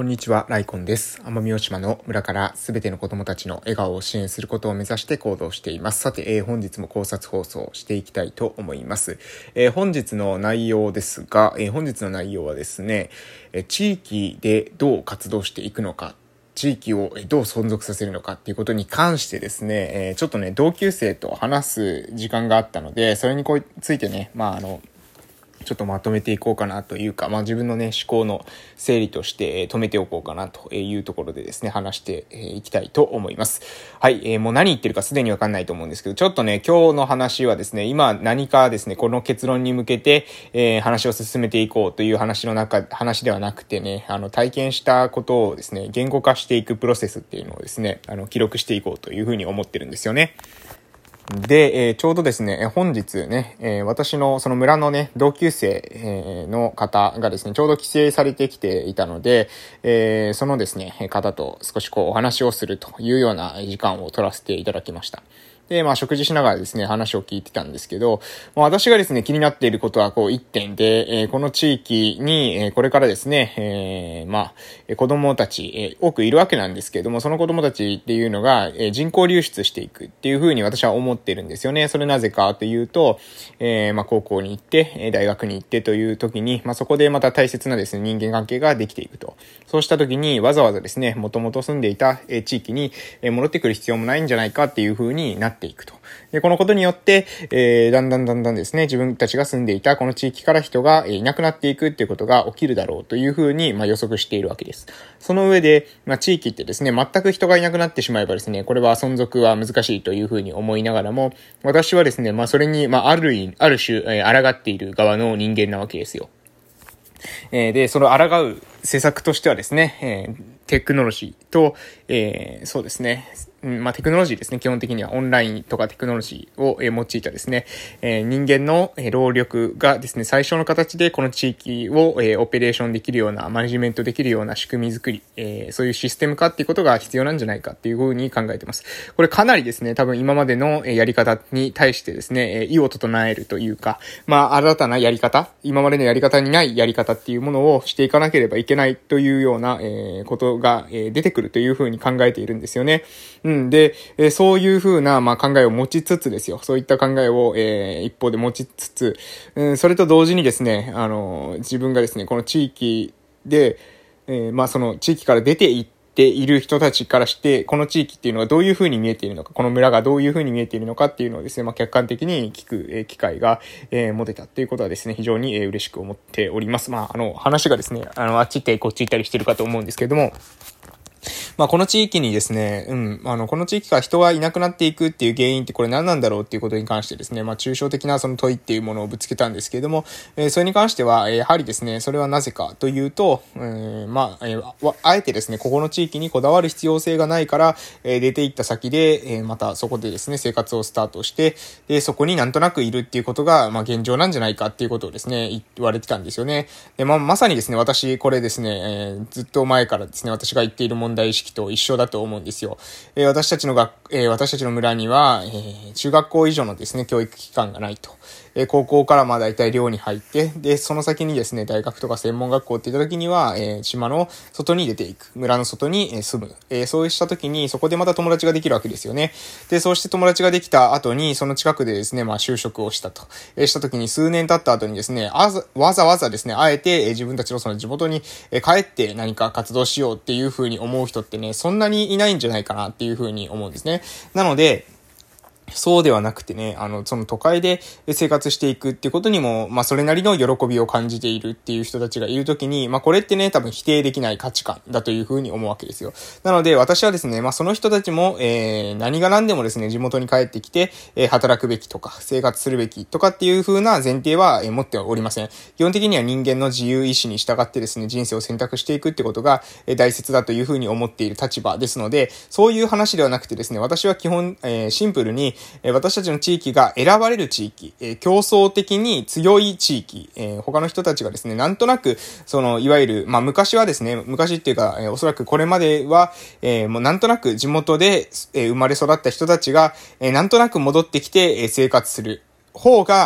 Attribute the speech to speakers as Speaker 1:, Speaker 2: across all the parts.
Speaker 1: こんにちは、ライコンです。奄美大島の村からすべての子供たちの笑顔を支援することを目指して行動しています。さて、本日も考察放送していきたいと思います。本日の内容ですが、本日の内容はですね、地域でどう活動していくのか、地域をどう存続させるのかっていうことに関してですね、ちょっとね、同級生と話す時間があったので、それについてね、ちょっとまとめていこうかなというか、自分のね、思考の整理として止めておこうかなというところでですね、話していきたいと思います。はい、もう何言ってるかすでにわかんないと思うんですけど、ちょっとね、今日の話はですね、今何かですね、この結論に向けて、話を進めていこうという話ではなくてね、体験したことをですね、言語化していくプロセスっていうのをですね、記録していこうというふうに思ってるんですよね。で、ちょうどですね、本日ね、私のその村のね、同級生、の方がですね、ちょうど帰省されてきていたので、そのですね、方と少しお話をするというような時間を取らせていただきました。で、食事しながらですね、話を聞いてたんですけど、私がですね、気になっていることは一点で、この地域に、これからですね、子供たち、多くいるわけなんですけれども、その子供たちっていうのが、人口流出していくっていうふうに私は思ってるんですよね。それなぜかというと、高校に行って、大学に行ってという時に、そこでまた大切なですね、人間関係ができていくと。そうした時に、わざわざですね、もともと住んでいた地域に戻ってくる必要もないんじゃないかっていうふうになっていくと。で、このことによって、だんだんですね、自分たちが住んでいたこの地域から人がいなくなっていくっていうことが起きるだろうというふうに、予測しているわけです。その上で、地域ってですね、全く人がいなくなってしまえばですね、これは存続は難しいというふうに思いながらも、私はですね、それに、ある種、抗っている側の人間なわけですよ。で、その抗う施策としてはですね、テクノロジーと、そうですね、テクノロジーですね。基本的にはオンラインとかテクノロジーを用いたですね、人間の労力がですね、最小の形でこの地域をオペレーションできるような、マネジメントできるような仕組み作り、そういうシステム化っていうことが必要なんじゃないかっていうふうに考えています。これかなりですね、多分今までのやり方に対してですね、異を整えるというか、新たなやり方、今までのやり方にないやり方っていうものをしていかなければいけないというような、ことが出てくるというふうに考えているんですよね。で、そういうふうな、考えを持ちつつですよ。そういった考えを、一方で持ちつつ、それと同時にですね、自分がですね、この地域で、その地域から出ていっている人たちからして、この地域っていうのはどういうふうに見えているのか、この村がどういうふうに見えているのかっていうのをですね、客観的に聞く、機会が、持てたっていうことはですね、非常に、嬉しく思っております。話がですね、あっち行ったりこっち行ったりしてるかと思うんですけれども、この地域にですね、この地域から人がいなくなっていくっていう原因ってこれ何なんだろうっていうことに関してですね、抽象的なその問いっていうものをぶつけたんですけれども、それに関しては、やはりですね、それはなぜかというと、あえてですね、ここの地域にこだわる必要性がないから、出て行った先で、またそこでですね、生活をスタートして、で、そこになんとなくいるっていうことが、現状なんじゃないかっていうことをですね、言われてたんですよね。で、まさにですね、私、これですね、ずっと前からですね、私が言っている問題意識と一緒だと思うんですよ。私たちの村には、中学校以上のですね、教育機関がないと。高校からだいたい寮に入って、で、その先にですね、大学とか専門学校って言った時には、島の外に出ていく。村の外に住む。そうした時に、そこでまた友達ができるわけですよね。で、そうして友達ができた後に、その近くでですね、就職をしたと。した時に数年経った後にですね、わざわざですね、あえて、自分たちのその地元に、帰って何か活動しようっていう風に思う人ってね、そんなにいないんじゃないかなっていう風に思うんですね。なので、そうではなくてね、その都会で生活していくっていうことにも、それなりの喜びを感じているっていう人たちがいるときに、これってね、多分否定できない価値観だというふうに思うわけですよ。なので、私はですね、その人たちも、何が何でもですね、地元に帰ってきて、働くべきとか、生活するべきとかっていうふうな前提は、持っておりません。基本的には人間の自由意志に従ってですね、人生を選択していくってことが、大切だというふうに思っている立場ですので、そういう話ではなくてですね、私は基本、シンプルに、私たちの地域が選ばれる地域、競争的に強い地域、他の人たちがですね、なんとなく、いわゆる、昔はですね、昔っていうか、おそらくこれまでは、もうなんとなく地元で、生まれ育った人たちが、なんとなく戻ってきて、生活する方が、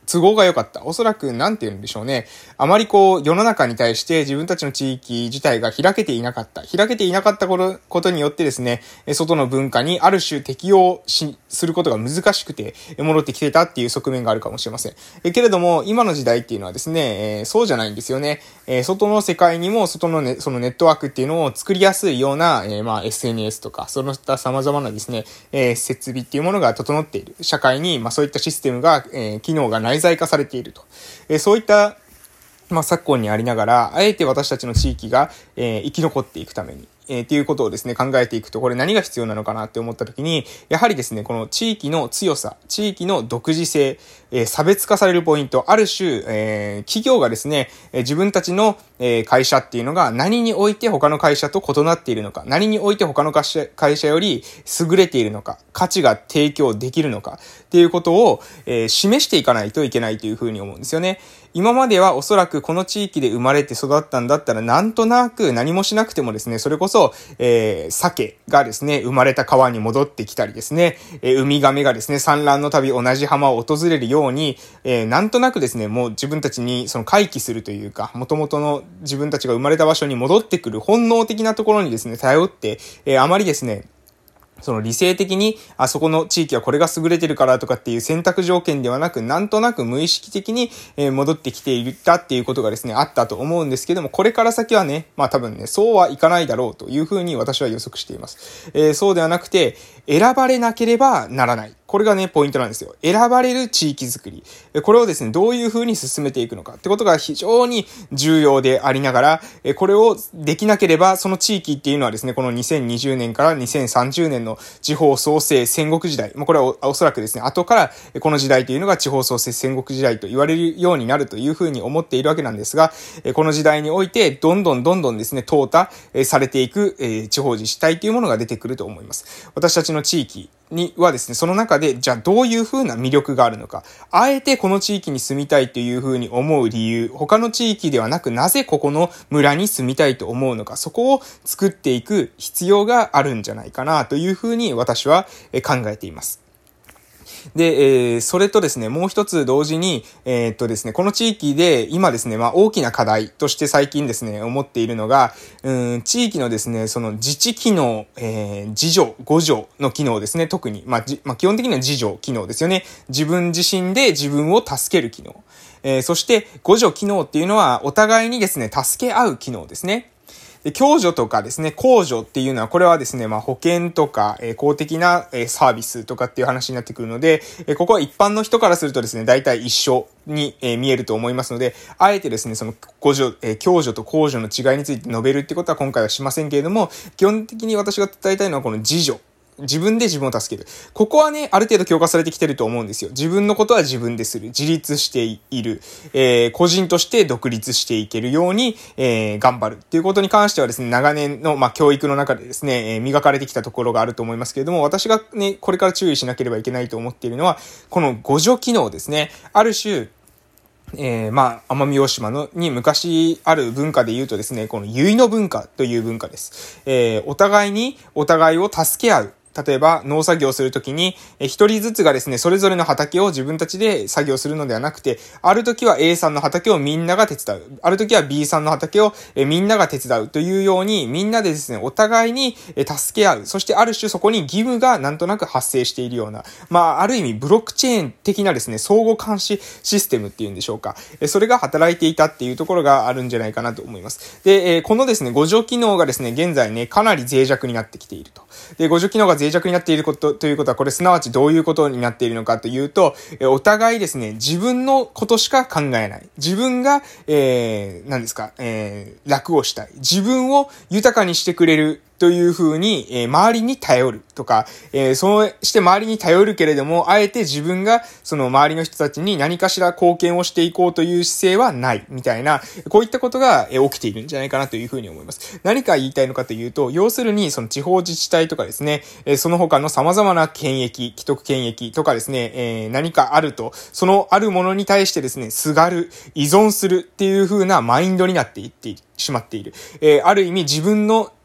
Speaker 1: 都合が良かった。おそらく、なんて言うんでしょうね。あまりこう、世の中に対して自分たちの地域自体が開けていなかった。開けていなかったことによってですね、外の文化にある種適応することが難しくて、戻ってきてたっていう側面があるかもしれません。けれども、今の時代っていうのはですね、そうじゃないんですよね。外の世界にも、外のね、そのネットワークっていうのを作りやすいような、SNS とか、その他様々なですね、設備っていうものが整っている。社会に、そういったシステムが、機能が内在化されていると。そういった昨今にありながら、あえて私たちの地域が、生き残っていくために、っていうことをですね、考えていくと、これ何が必要なのかなって思った時に、やはりですね、この地域の強さ、地域の独自性、差別化されるポイント、ある種、企業がですね、自分たちの、会社っていうのが何において他の会社と異なっているのか、何において他の会社より優れているのか、価値が提供できるのかっていうことを、示していかないといけないというふうに思うんですよね。今まではおそらくこの地域で生まれて育ったんだったらなんとなく何もしなくてもですね、それこそ、鮭がですね、生まれた川に戻ってきたりですね、ウミガメがですね、産卵の旅同じ浜を訪れるように、なんとなくですね、もう自分たちにその回帰するというか、元々の自分たちが生まれた場所に戻ってくる本能的なところにですね、頼って、あまりですね、その理性的に、そこの地域はこれが優れてるからとかっていう選択条件ではなく、なんとなく無意識的に、戻ってきていたっていうことがですね、あったと思うんですけども、これから先はね、多分ね、そうはいかないだろうというふうに私は予測しています。そうではなくて、選ばれなければならない。これがね、ポイントなんですよ。選ばれる地域づくり。これをですね、どういう風に進めていくのかってことが非常に重要でありながら、これをできなければ、その地域っていうのはですね、この2020年から2030年の地方創生戦国時代。これは おそらくですね、後からこの時代というのが地方創生戦国時代と言われるようになるという風に思っているわけなんですが、この時代において、どんどんですね、淘汰されていく地方自治体というものが出てくると思います。私たちの地域にはですね、その中で、じゃあどういう風な魅力があるのか。あえてこの地域に住みたいという風に思う理由。他の地域ではなく、なぜここの村に住みたいと思うのか。そこを作っていく必要があるんじゃないかなという風に私は考えています。で、それとですね、もう一つ同時に、ですね、この地域で今ですね、大きな課題として最近ですね、思っているのが、地域のですね、その自治機能、自助、互助の機能ですね、特に、基本的には自助機能ですよね。自分自身で自分を助ける機能。そして、互助機能っていうのは、お互いにですね、助け合う機能ですね。で、共助とかですね、公助っていうのは、これはですね、保険とか、公的な、サービスとかっていう話になってくるので、ここは一般の人からするとですね、大体一緒に、見えると思いますので、あえてですね、その共助と公助の違いについて述べるってことは今回はしませんけれども、基本的に私が伝えたいのはこの自助。自分で自分を助ける。ここはね、ある程度強化されてきてると思うんですよ。自分のことは自分でする。自立している。個人として独立していけるように、頑張る。っていうことに関してはですね、長年の、教育の中でですね、磨かれてきたところがあると思いますけれども、私がね、これから注意しなければいけないと思っているのは、この互助機能ですね。ある種、奄美大島に昔ある文化で言うとですね、この結の文化という文化です。お互いを助け合う。例えば農作業をするときに一人ずつがですね、それぞれの畑を自分たちで作業するのではなくて、ある時は A さんの畑をみんなが手伝う。ある時は B さんの畑をみんなが手伝うというように、みんなでですね、お互いに助け合う。そしてある種そこに義務がなんとなく発生しているような、ある意味ブロックチェーン的なですね、相互監視システムっていうんでしょうか。それが働いていたっていうところがあるんじゃないかなと思います。で、このですね、互助機能がですね、現在ね、かなり脆弱になってきていると。で、互助機能が脆弱になっていることということは、これすなわちどういうことになっているのかというと、お互いですね、自分のことしか考えない。自分が、何ですか、楽をしたい。自分を豊かにしてくれる。という風に、周りに頼るとか、そうして周りに頼るけれども、あえて自分がその周りの人たちに何かしら貢献をしていこうという姿勢はないみたいな、こういったことが起きているんじゃないかなという風に思います。何か言いたいのかというと、要するにその地方自治体とかですね、その他の様々な権益、既得権益とかですね、何かあると、そのあるものに対してですね、すがる、依存するっていう風なマインドになっていってしまっている。ある意味自分の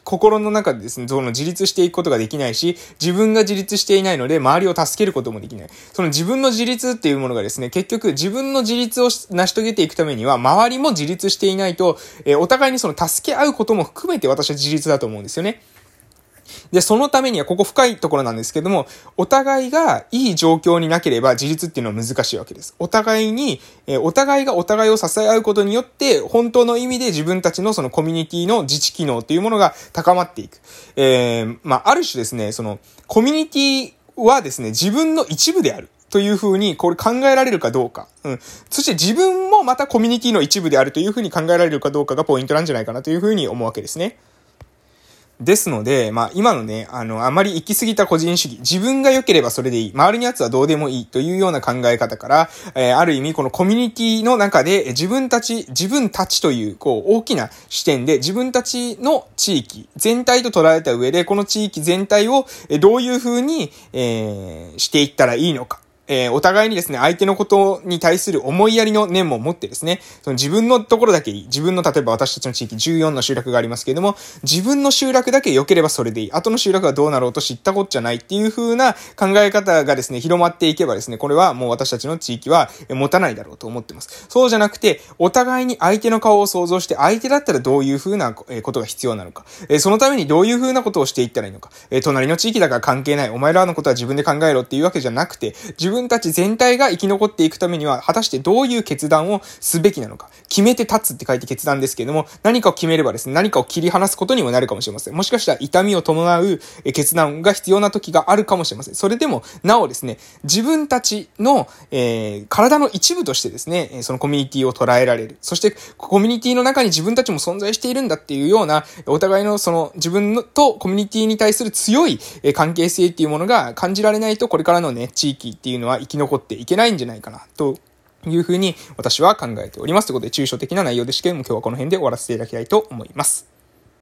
Speaker 1: 心の中でですね、その自立していくことができないし、自分が自立していないので、周りを助けることもできない。その自分の自立っていうものがですね、結局自分の自立を成し遂げていくためには、周りも自立していないと、お互いにその助け合うことも含めて私は自立だと思うんですよね。で、そのためには、ここ深いところなんですけども、お互いがいい状況になければ自立っていうのは難しいわけです。お互いがお互いを支え合うことによって、本当の意味で自分たちのそのコミュニティの自治機能っていうものが高まっていく。ある種ですね、その、コミュニティはですね、自分の一部である。というふうに、これ考えられるかどうか。そして自分もまたコミュニティの一部であるというふうに考えられるかどうかがポイントなんじゃないかなというふうに思うわけですね。ですので、今のね、あまり行き過ぎた個人主義、自分が良ければそれでいい、周りのやつはどうでもいいというような考え方から、ある意味このコミュニティの中で自分たちという、大きな視点で自分たちの地域全体と捉えた上で、この地域全体をどういう風に、していったらいいのか。お互いにですね、相手のことに対する思いやりの念も持ってですね、その自分のところだけいい。自分の、例えば私たちの地域14の集落がありますけれども、自分の集落だけ良ければそれでいい。後の集落がどうなろうと知ったこっちゃないっていう風な考え方がですね、広まっていけばですね、これはもう私たちの地域は持たないだろうと思ってます。そうじゃなくて、お互いに相手の顔を想像して、相手だったらどういう風なことが必要なのか。そのためにどういう風なことをしていったらいいのか。隣の地域だから関係ない。お前らのことは自分で考えろっていうわけじゃなくて、自分たち全体が生き残っていくためには、果たしてどういう決断をすべきなのか。決めて立つって書いて決断ですけれども、何かを決めればですね、何かを切り離すことにもなるかもしれません。もしかしたら痛みを伴う決断が必要な時があるかもしれません。それでも、なおですね、自分たちの、体の一部としてですね、そのコミュニティを捉えられる。そして、コミュニティの中に自分たちも存在しているんだっていうような、お互いのその自分とコミュニティに対する強い関係性っていうものが感じられないと、これからのね、地域っていうのは生き残っていけないんじゃないかな、というふうに私は考えております。ということで、抽象的な内容でしたけども、今日はこの辺で終わらせていただきたいと思います。